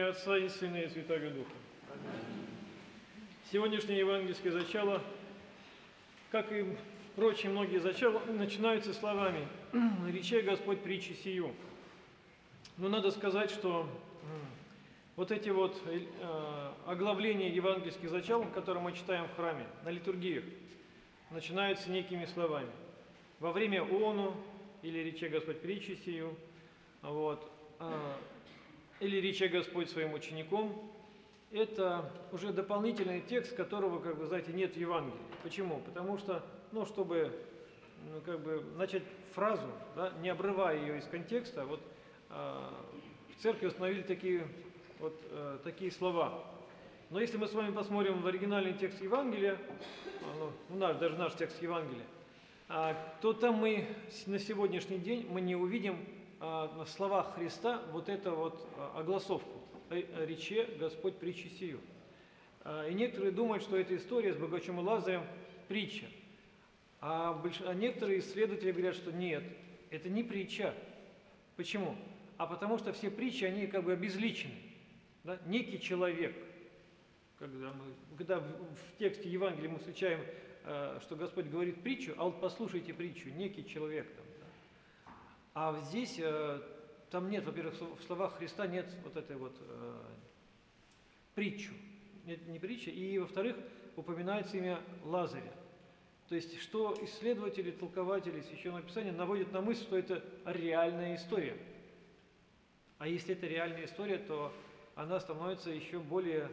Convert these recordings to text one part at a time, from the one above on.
имя Отца и Сына и Святаго Духа. Сегодняшнее евангельское зачало, как и прочие многие зачала, начинаются словами «Рече Господь притчи сию». Но надо сказать, что вот эти вот оглавления евангельских зачал, которые мы читаем в храме, на литургиях, начинаются некими словами. Во время ону, или рече Господь притчи сию, вот, или рече Господь своим учеником, это уже дополнительный текст, которого, как бы, знаете, нет в Евангелии. Почему? Потому что, чтобы начать фразу, да, не обрывая ее из контекста, вот в церкви установили такие слова. Но если мы с вами посмотрим в оригинальный текст Евангелия, даже наш текст Евангелия, то там мы на сегодняшний день мы не увидим в словах Христа вот эту вот огласовку «Рече Господь притчи сию». И некоторые думают, что эта история с богачом и Лазарем притча. А некоторые исследователи говорят, что нет, это не притча. Почему? А потому что все притчи, они как бы обезличены. Да? Некий человек, когда в тексте Евангелия мы встречаем, что Господь говорит притчу, а вот послушайте притчу, некий человек там. Да? А здесь там нет, во-первых, в словах Христа нет вот этой вот притчу, нет, не притча, и во-вторых, упоминается имя Лазаря. То есть, что исследователи, толкователи Священного Писания наводят на мысль, что это реальная история. А если это реальная история, то она становится еще более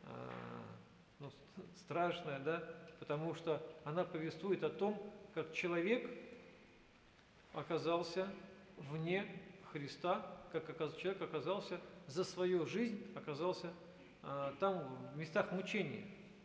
страшная, да? Потому что она повествует о том, как человек оказался вне Христа, как человек оказался за свою жизнь, оказался там в местах мучения.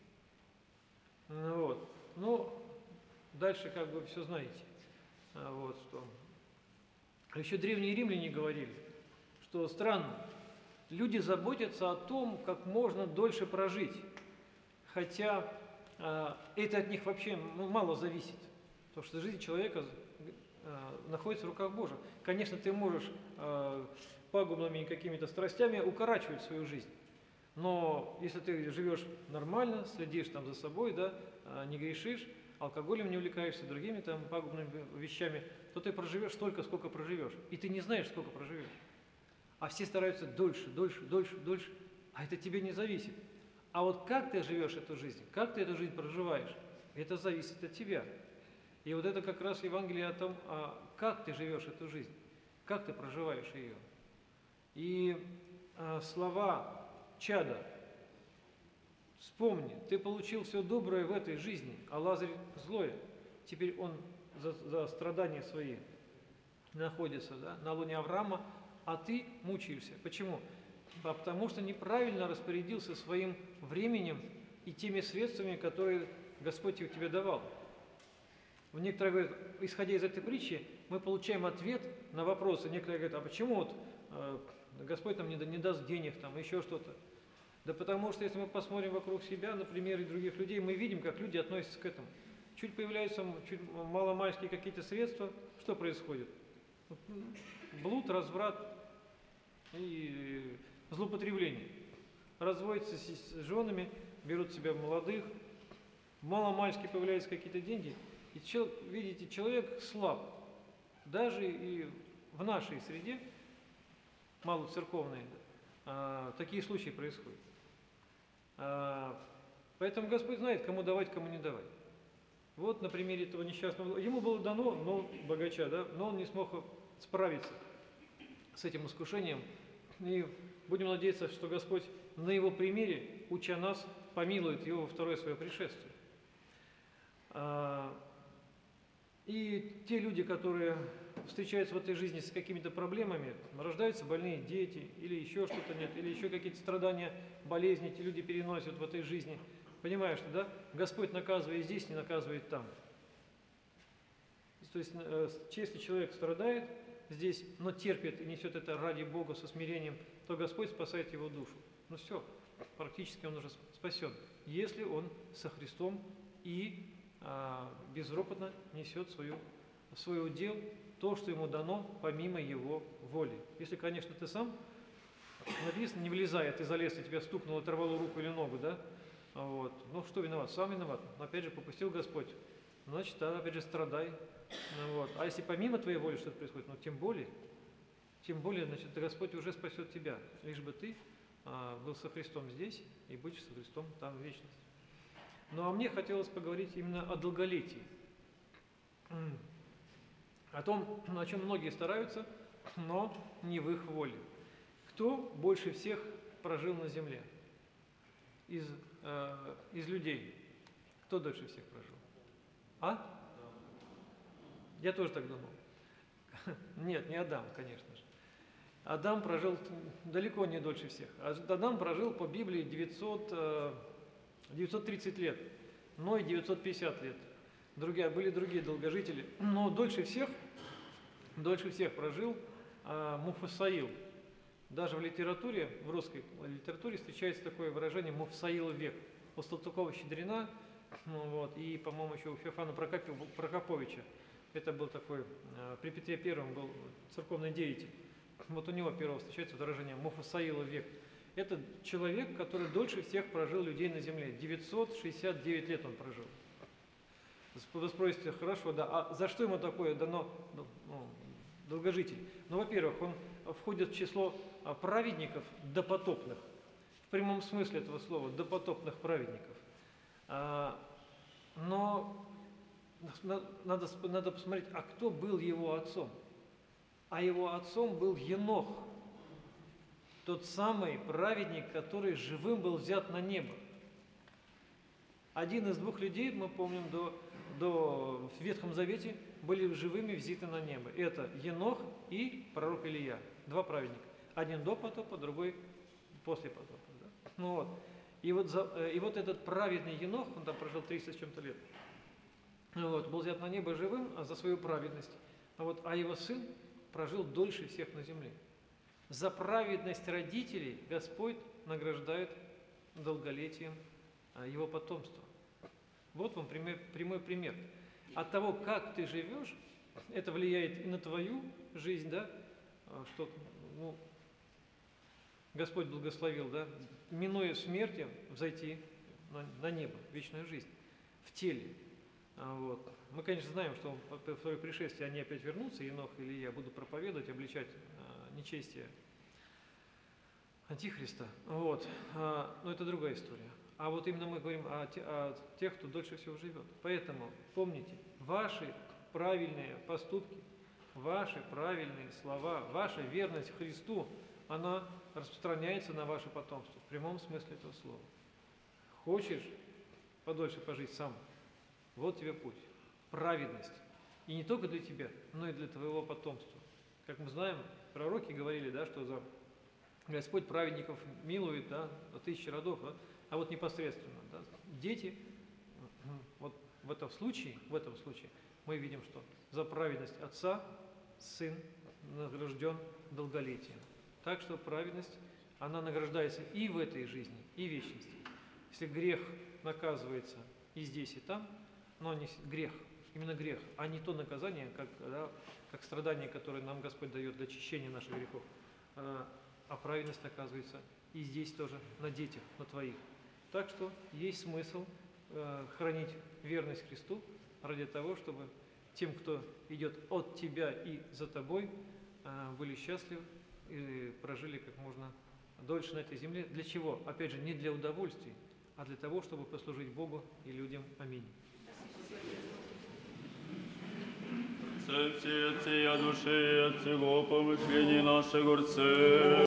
Вот. Дальше как бы все знаете. Вот что. Еще древние римляне говорили, что странно, люди заботятся о том, как можно дольше прожить, хотя это от них вообще мало зависит, потому что жизнь человека находится в руках Божьих. Конечно, ты можешь пагубными какими-то страстями укорачивать свою жизнь, но если ты живешь нормально, следишь там за собой, да, не грешишь, алкоголем не увлекаешься, другими там пагубными вещами, то ты проживешь столько, сколько проживешь. И ты не знаешь, сколько проживешь. А все стараются дольше, а это тебе не зависит. А вот как ты живешь эту жизнь, как ты эту жизнь проживаешь, это зависит от тебя. И вот это как раз Евангелие о том, как ты живешь эту жизнь, как ты проживаешь ее. И слова чада: вспомни, ты получил все доброе в этой жизни, а Лазарь злое. Теперь он за страдания свои находится, да, на лоне Авраама, а ты мучаешься. Почему? Потому что неправильно распорядился своим временем и теми средствами, которые Господь тебе давал. Некоторые говорят, исходя из этой притчи, мы получаем ответ на вопросы. Некоторые говорят, а почему Господь нам не даст денег, там, еще что-то? Да потому что, если мы посмотрим вокруг себя, на примеры других людей, мы видим, как люди относятся к этому. Чуть появляются маломальские какие-то средства, что происходит? Блуд, разврат и злоупотребление. Разводятся с женами, берут себя молодых, маломальски появляются какие-то деньги, и видите, человек слаб. Даже и в нашей среде, малоцерковной, такие случаи происходят. Поэтому Господь знает, кому давать, кому не давать. Вот на примере этого несчастного, ему было дано, но богача, да, но он не смог справиться с этим искушением. И будем надеяться, что Господь на его примере, уча нас, помилует его во второе свое пришествие. И те люди, которые встречаются в этой жизни с какими-то проблемами, рождаются больные дети, или еще что-то нет, или еще какие-то страдания, болезни эти люди переносят в этой жизни. Понимаешь, что, да? Господь наказывает здесь, не наказывает там. То есть, если человек страдает здесь, но терпит и несет это ради Бога со смирением, то Господь спасает его душу. Ну все, практически он уже спасен, если он со Христом и безропотно несет свой удел, то, что ему дано помимо его воли. Если, конечно, ты сам написано, не влезай, а ты залез, и тебя стукнуло, оторвало руку или ногу, да? Вот. Ну, что виноват? Сам виноват. Но, опять же, попустил Господь. Значит, да, опять же, страдай. Ну, вот. А если помимо твоей воли что-то происходит, ну, тем более, значит, Господь уже спасет тебя, лишь бы ты был со Христом здесь и будешь со Христом там в вечности. Ну, а мне хотелось поговорить именно о долголетии. О том, о чем многие стараются, но не в их воле. Кто больше всех прожил на земле из людей? Кто дольше всех прожил? А? Я тоже так думал. Нет, не Адам, конечно же. Адам прожил далеко не дольше всех. Адам прожил по Библии 930 лет, Ной 950 лет. Были другие долгожители, но дольше всех прожил Муфасаил. Даже в литературе, в русской литературе встречается такое выражение «Муфасаилов век». У Салтыкова-Щедрина, вот, и, по-моему, еще у Феофана Прокоповича. Это был такой, при Петре Первом был церковный деятель. Вот у него первого встречается выражение «Муфасаилов век». Это человек, который дольше всех прожил людей на земле. 969 лет он прожил. Вы спросите, хорошо, да, а за что ему такое дано долгожитель? Ну, во-первых, он входит в число праведников допотопных, в прямом смысле этого слова, допотопных праведников. Но надо посмотреть, а кто был его отцом? А его отцом был Енох, тот самый праведник, который живым был взят на небо. Один из двух людей, мы помним, в Ветхом Завете были живыми взяты на небо. Это Енох и пророк Илия. Два праведника. Один до потопа, другой после потопа. Да? Ну вот. И вот этот праведный Енох, он там прожил 300 с чем-то лет, вот, был взят на небо живым за свою праведность. А его сын прожил дольше всех на земле. За праведность родителей Господь награждает долголетием его потомство. Вот вам прямой пример. От того, как ты живешь, это влияет и на твою жизнь, да, что Господь благословил, да, минуя смерти, взойти на небо, в вечную жизнь, в теле. Вот. Мы, конечно, знаем, что в свое пришествие они опять вернутся, Енох или я буду проповедовать, обличать нечестие Антихриста. Вот. Но это другая история. А вот именно мы говорим о тех, кто дольше всего живет. Поэтому помните, ваши правильные поступки, ваши правильные слова, ваша верность Христу, она распространяется на ваше потомство, в прямом смысле этого слова. Хочешь подольше пожить сам? Вот тебе путь. Праведность. И не только для тебя, но и для твоего потомства. Как мы знаем, пророки говорили, да, что Господь праведников милует, да, до 1000 родов, да, а вот непосредственно, да, дети, вот в этом случае мы видим, что за праведность отца сын награжден долголетием. Так что праведность, она награждается и в этой жизни, и в вечности. Если грех наказывается и здесь, и там, но не грех, именно грех, а не то наказание, как страдание, которое нам Господь дает для очищения наших грехов. А праведность оказывается и здесь тоже, на детях, на твоих. Так что есть смысл хранить верность Христу ради того, чтобы тем, кто идет от тебя и за тобой, были счастливы и прожили как можно дольше на этой земле. Для чего? Опять же, не для удовольствий, а для того, чтобы послужить Богу и людям. Аминь. Все, от души, от всего помышления нашего горце.